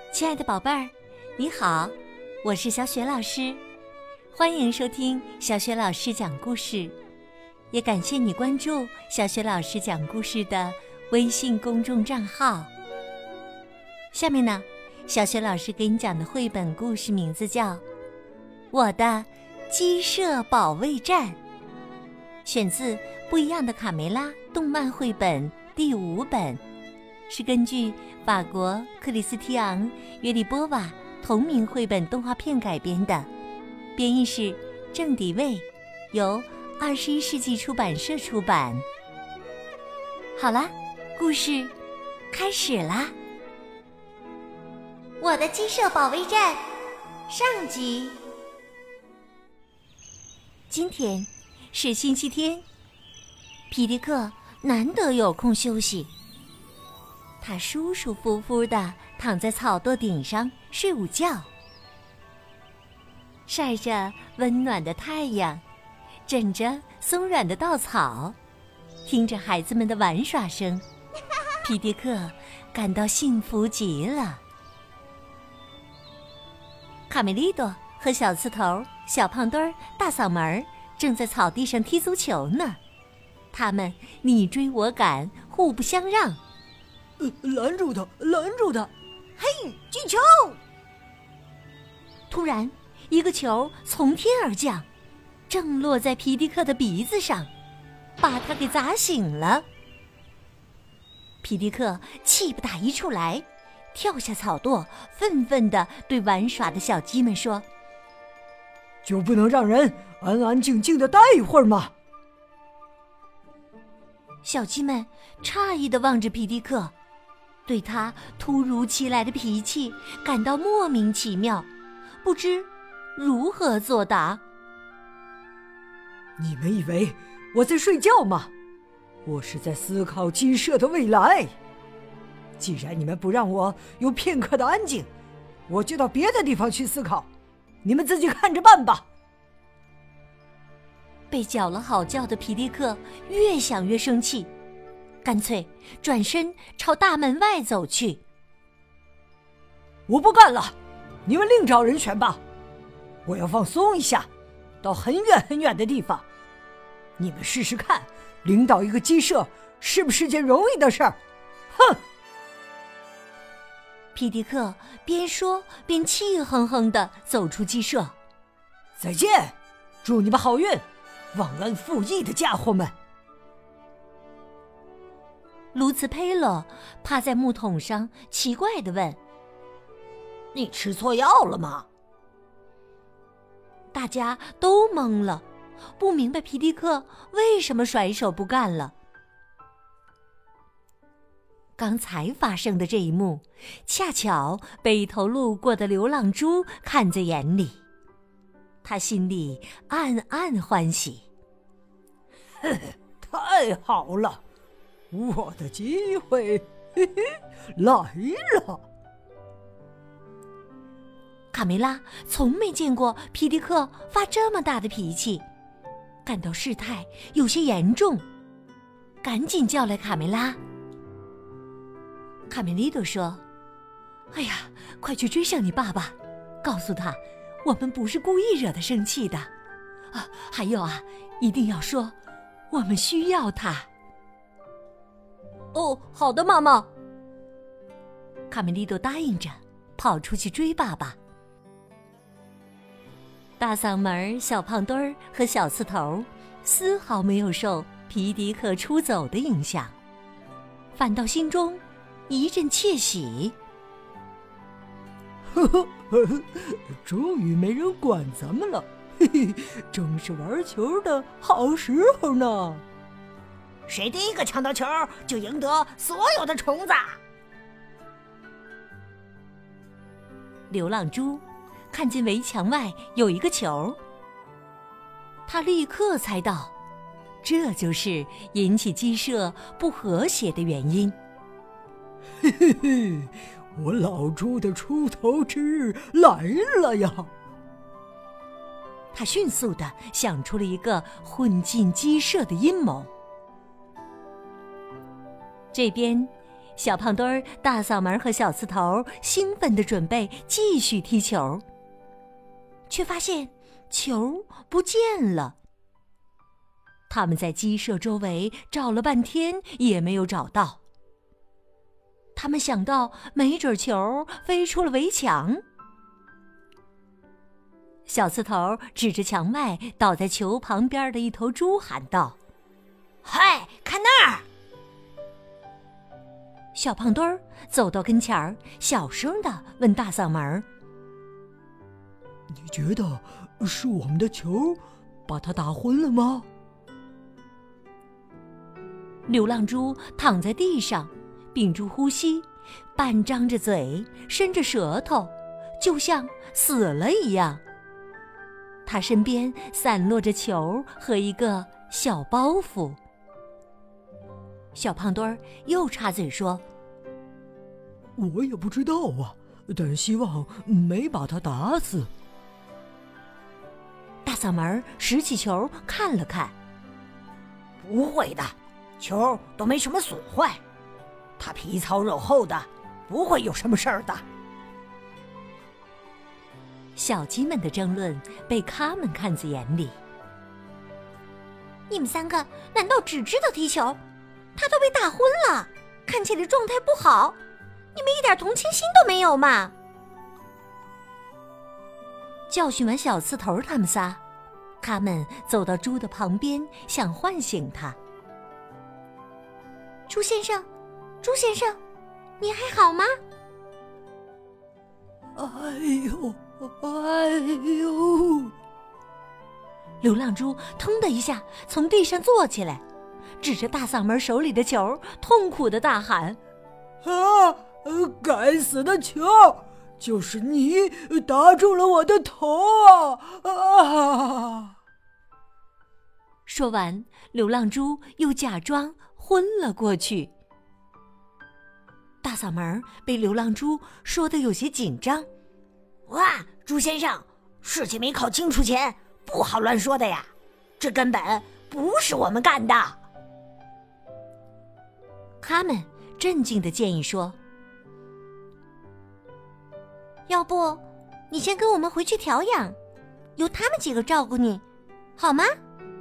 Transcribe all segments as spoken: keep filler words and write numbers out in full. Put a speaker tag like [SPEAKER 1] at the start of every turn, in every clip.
[SPEAKER 1] 亲爱的宝贝儿，你好，我是小雪老师，欢迎收听小雪老师讲故事，也感谢你关注小雪老师讲故事的微信公众账号。下面呢，小雪老师给你讲的绘本故事名字叫《我的鸡舍保卫战》，选自《不一样的卡梅拉》动漫绘本第五本，是根据法国克里斯提昂·约利波瓦同名绘本动画片改编的，编译是郑迪卫，由二十一世纪出版社出版。好啦，故事开始啦！我的鸡舍保卫战上集。今天是星期天，皮迪克难得有空休息，他舒舒服服地躺在草垛顶上睡午觉，晒着温暖的太阳，枕着松软的稻草，听着孩子们的玩耍声，皮迪克感到幸福极了。卡梅利多和小刺头、小胖墩儿、大嗓门儿正在草地上踢足球呢，他们你追我赶，互不相让。
[SPEAKER 2] 呃，拦住他！拦住他！
[SPEAKER 1] 嘿，进球！突然，一个球从天而降，正落在皮迪克的鼻子上，把他给砸醒了。皮迪克气不打一处来，跳下草垛，愤愤地对玩耍的小鸡们说：“
[SPEAKER 2] 就不能让人安安静静地待一会儿吗？”
[SPEAKER 1] 小鸡们诧异地望着皮迪克，对他突如其来的脾气感到莫名其妙，不知如何作答。
[SPEAKER 2] 你们以为我在睡觉吗？我是在思考鸡舍的未来。既然你们不让我有片刻的安静，我就到别的地方去思考，你们自己看着办吧。
[SPEAKER 1] 被搅了好觉的皮迪克越想越生气，干脆转身朝大门外走去。
[SPEAKER 2] 我不干了，你们另找人选吧。我要放松一下，到很远很远的地方。你们试试看，领导一个鸡舍是不是件容易的事儿？哼！
[SPEAKER 1] 皮迪克边说边气哼哼地走出鸡舍。
[SPEAKER 2] 再见，祝你们好运，忘恩负义的家伙们！
[SPEAKER 1] 卢茨佩洛趴在木桶上，奇怪地问：“
[SPEAKER 3] 你吃错药了吗？”
[SPEAKER 1] 大家都懵了，不明白皮迪克为什么甩手不干了。刚才发生的这一幕，恰巧被一头路过的流浪猪看在眼里，他心里暗暗欢喜。
[SPEAKER 2] 呵呵，太好了，我的机会嘿嘿来了。
[SPEAKER 1] 卡梅拉从没见过皮迪克发这么大的脾气，感到事态有些严重，赶紧叫来卡梅拉。卡梅利多说：“哎呀，快去追上你爸爸，告诉他我们不是故意惹他生气的啊！还有啊，一定要说我们需要他。”
[SPEAKER 3] 哦，好的，妈妈。
[SPEAKER 1] 卡梅利多答应着，跑出去追爸爸。大嗓门、小胖墩儿和小刺头丝毫没有受皮迪克出走的影响，反倒心中一阵窃喜。
[SPEAKER 2] 呵呵呵呵，终于没人管咱们了，嘿嘿，正是玩球的好时候呢。
[SPEAKER 3] 谁第一个抢到球，就赢得所有的虫子。
[SPEAKER 1] 流浪猪看见围墙外有一个球，他立刻猜到，这就是引起鸡舍不和谐的原因。
[SPEAKER 2] 嘿嘿嘿，我老猪的出头之日来了呀！
[SPEAKER 1] 他迅速地想出了一个混进鸡舍的阴谋。这边， 小胖墩儿、大嗓门和小刺头兴奋地准备继续踢球，却发现球不见了。他们在鸡舍周围找了半天也没有找到。他们想到没准球飞出了围墙。小刺头指着墙外倒在球旁边的一头猪喊道：“
[SPEAKER 3] 嗨，看那儿！”
[SPEAKER 1] 小胖墩儿走到跟前儿，小声地问大嗓门：“
[SPEAKER 2] 你觉得是我们的球把它打昏了吗？”
[SPEAKER 1] 流浪猪躺在地上，屏住呼吸，半张着嘴，伸着舌头，就像死了一样。他身边散落着球和一个小包袱。小胖墩儿又插嘴说：“
[SPEAKER 2] 我也不知道啊，但希望没把他打死。”
[SPEAKER 1] 大嗓门拾起球看了看：“
[SPEAKER 3] 不会的，球都没什么损坏，它皮糙肉厚的，不会有什么事儿的。”
[SPEAKER 1] 小鸡们的争论被他们看在眼里。
[SPEAKER 4] 你们三个难道只知道踢球？他都被打昏了，看起来状态不好，你们一点同情心都没有嘛！
[SPEAKER 1] 教训完小刺头他们仨，他们走到猪的旁边，想唤醒他。
[SPEAKER 4] 猪先生，猪先生，你还好吗？
[SPEAKER 2] 哎呦，哎呦！
[SPEAKER 1] 流浪猪腾的一下从地上坐起来，指着大嗓门手里的球，痛苦地大喊：“
[SPEAKER 2] 啊！该死的球！就是你打中了我的头啊！啊！”
[SPEAKER 1] 说完，流浪猪又假装昏了过去。大嗓门被流浪猪说得有些紧张。
[SPEAKER 3] 哇，猪先生，事情没搞清楚前不好乱说的呀，这根本不是我们干的。
[SPEAKER 1] 他们镇静地建议说：“
[SPEAKER 4] 要不你先跟我们回去调养，由他们几个照顾你，好吗？”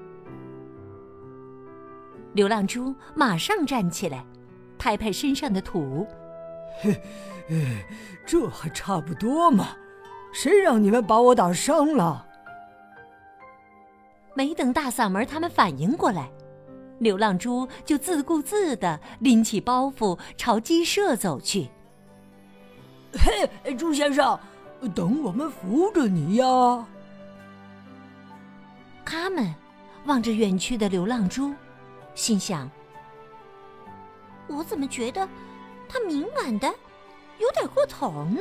[SPEAKER 1] 流浪猪马上站起来，拍拍身上的土：“
[SPEAKER 2] 嘿，这还差不多嘛，谁让你们把我打伤了？”
[SPEAKER 1] 没等大嗓门他们反应过来，流浪猪就自顾自地拎起包袱朝鸡舍走去。
[SPEAKER 2] “嘿，猪先生，等我们扶着你呀！”
[SPEAKER 1] 他们望着远去的流浪猪，心想：
[SPEAKER 4] 我怎么觉得他敏感的有点过头呢？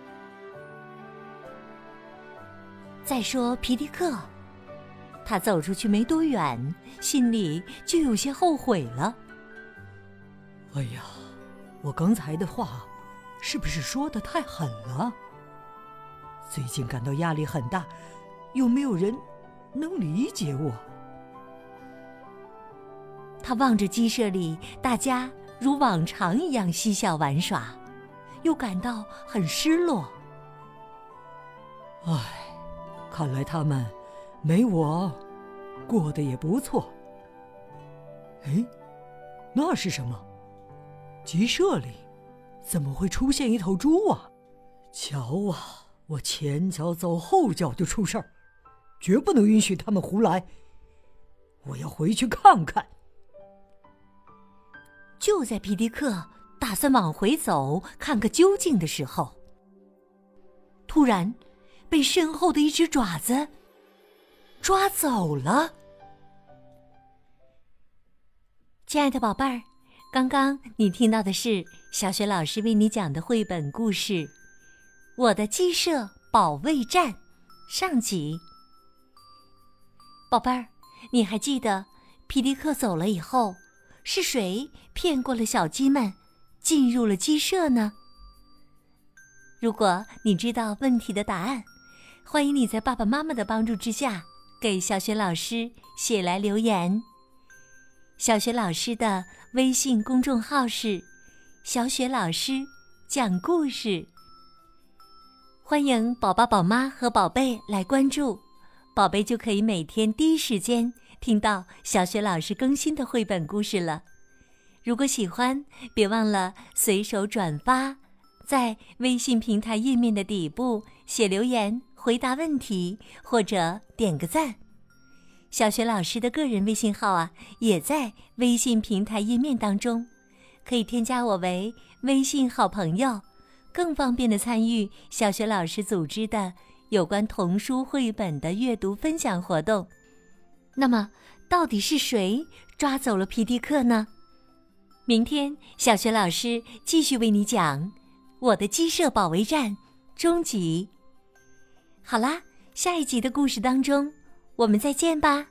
[SPEAKER 1] 再说皮迪克，他走出去没多远，心里就有些后悔了。
[SPEAKER 2] 哎呀，我刚才的话是不是说得太狠了？最近感到压力很大，有没有人能理解我？
[SPEAKER 1] 他望着鸡舍里大家如往常一样嬉笑玩耍，又感到很失落。
[SPEAKER 2] 唉，看来他们没我过得也不错。哎，那是什么？鸡舍里怎么会出现一头猪啊？瞧啊，我前脚走后脚就出事儿，绝不能允许他们胡来。我要回去看看。
[SPEAKER 1] 就在皮迪克打算往回走看个究竟的时候，突然被身后的一只爪子抓走了。亲爱的宝贝儿，刚刚你听到的是小雪老师为你讲的绘本故事《我的鸡舍保卫战》上集。宝贝儿，你还记得皮迪克走了以后，是谁骗过了小鸡们，进入了鸡舍呢？如果你知道问题的答案，欢迎你在爸爸妈妈的帮助之下，给小雪老师写来留言。小雪老师的微信公众号是小雪老师讲故事。欢迎宝宝、宝妈和宝贝来关注，宝贝就可以每天第一时间听到小雪老师更新的绘本故事了。如果喜欢，别忘了随手转发，在微信平台页面的底部写留言回答问题，或者点个赞。小雪老师的个人微信号啊，也在微信平台页面当中，可以添加我为微信好朋友，更方便的参与小雪老师组织的有关童书绘本的阅读分享活动。那么，到底是谁抓走了皮迪克呢？明天小雪老师继续为你讲《我的鸡舍保卫战》终极。好啦，下一集的故事当中，我们再见吧。